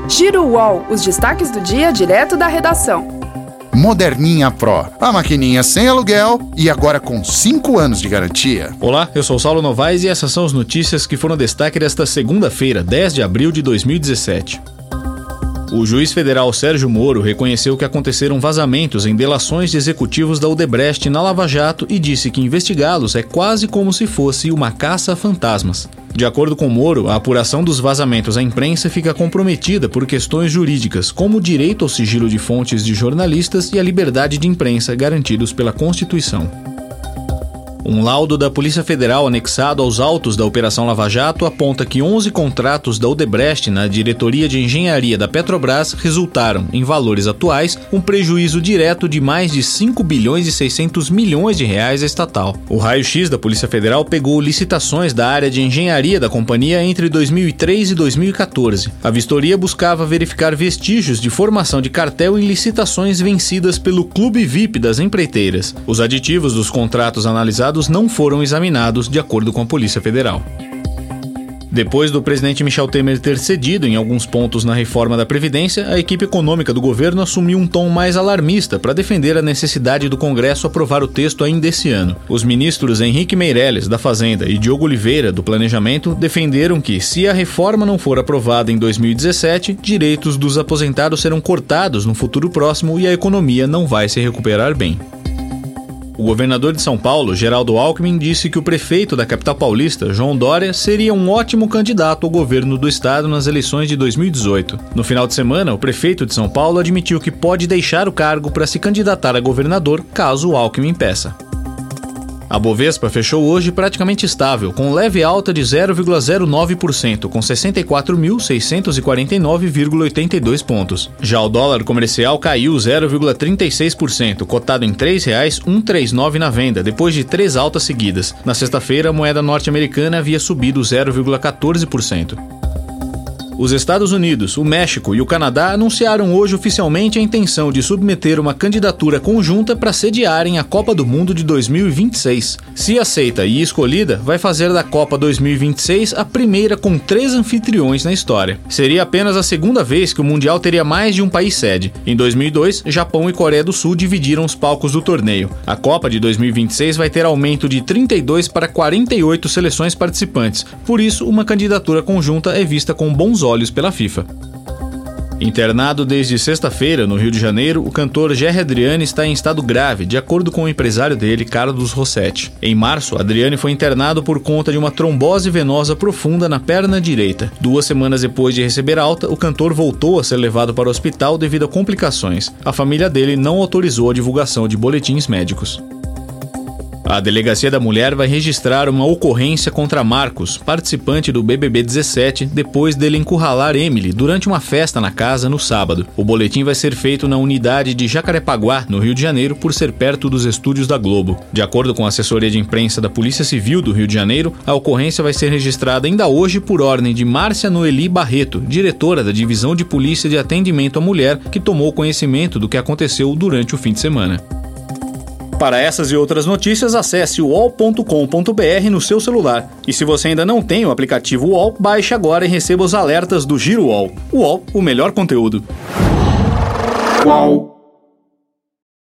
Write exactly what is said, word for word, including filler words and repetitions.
Giro U O L, os destaques do dia direto da redação. Moderninha Pro, a maquininha sem aluguel e agora com cinco anos de garantia. Olá, eu sou o Saulo Novaes e essas são as notícias que foram destaque desta segunda-feira, dez de abril de dois mil e dezessete. O juiz federal Sérgio Moro reconheceu que aconteceram vazamentos em delações de executivos da Odebrecht na Lava Jato e disse que investigá-los é quase como se fosse uma caça a fantasmas. De acordo com Moro, a apuração dos vazamentos à imprensa fica comprometida por questões jurídicas, como o direito ao sigilo de fontes de jornalistas e a liberdade de imprensa garantidos pela Constituição. Um laudo da Polícia Federal anexado aos autos da Operação Lava Jato aponta que onze contratos da Odebrecht na diretoria de engenharia da Petrobras resultaram, em valores atuais, um prejuízo direto de mais de cinco bilhões e seiscentos milhões de reais à estatal. O raio-x da Polícia Federal pegou licitações da área de engenharia da companhia entre dois mil e três e dois mil e quatorze. A vistoria buscava verificar vestígios de formação de cartel em licitações vencidas pelo Clube V I P das empreiteiras. Os aditivos dos contratos analisados não foram examinados, de acordo com a Polícia Federal. Depois do presidente Michel Temer ter cedido em alguns pontos na reforma da Previdência, a equipe econômica do governo assumiu um tom mais alarmista para defender a necessidade do Congresso aprovar o texto ainda esse ano. Os ministros Henrique Meirelles, da Fazenda, e Diogo Oliveira, do Planejamento, defenderam que, se a reforma não for aprovada em dois mil e dezessete, direitos dos aposentados serão cortados no futuro próximo e a economia não vai se recuperar bem. O governador de São Paulo, Geraldo Alckmin, disse que o prefeito da capital paulista, João Dória, seria um ótimo candidato ao governo do estado nas eleições de dois mil e dezoito. No final de semana, o prefeito de São Paulo admitiu que pode deixar o cargo para se candidatar a governador caso o Alckmin peça. A Bovespa fechou hoje praticamente estável, com leve alta de zero vírgula zero nove por cento, com sessenta e quatro mil seiscentos e quarenta e nove vírgula oitenta e dois pontos. Já o dólar comercial caiu zero vírgula trinta e seis por cento, cotado em três reais cento e trinta e nove na venda, depois de três altas seguidas. Na sexta-feira, a moeda norte-americana havia subido zero vírgula quatorze por cento. Os Estados Unidos, o México e o Canadá anunciaram hoje oficialmente a intenção de submeter uma candidatura conjunta para sediarem a Copa do Mundo de dois mil e vinte e seis. Se aceita e escolhida, vai fazer da Copa dois mil e vinte e seis a primeira com três anfitriões na história. Seria apenas a segunda vez que o Mundial teria mais de um país sede. Em dois mil e dois, Japão e Coreia do Sul dividiram os palcos do torneio. A Copa de dois mil e vinte e seis vai ter aumento de trinta e dois para quarenta e oito seleções participantes. Por isso, uma candidatura conjunta é vista com bons olhos olhos pela FIFA. Internado desde sexta-feira no Rio de Janeiro, o cantor Gerry Adriani está em estado grave, de acordo com o empresário dele, Carlos Rossetti. Em março, Adriani foi internado por conta de uma trombose venosa profunda na perna direita. Duas semanas depois de receber alta, o cantor voltou a ser levado para o hospital devido a complicações. A família dele não autorizou a divulgação de boletins médicos. A Delegacia da Mulher vai registrar uma ocorrência contra Marcos, participante do B B B dezessete, depois dele encurralar Emily durante uma festa na casa no sábado. O boletim vai ser feito na unidade de Jacarepaguá, no Rio de Janeiro, por ser perto dos estúdios da Globo. De acordo com a assessoria de imprensa da Polícia Civil do Rio de Janeiro, a ocorrência vai ser registrada ainda hoje por ordem de Márcia Noeli Barreto, diretora da Divisão de Polícia de Atendimento à Mulher, que tomou conhecimento do que aconteceu durante o fim de semana. Para essas e outras notícias, acesse u o l ponto com ponto b r no seu celular. E se você ainda não tem o aplicativo U O L, baixe agora e receba os alertas do Giro U O L. U O L, o melhor conteúdo. Uau!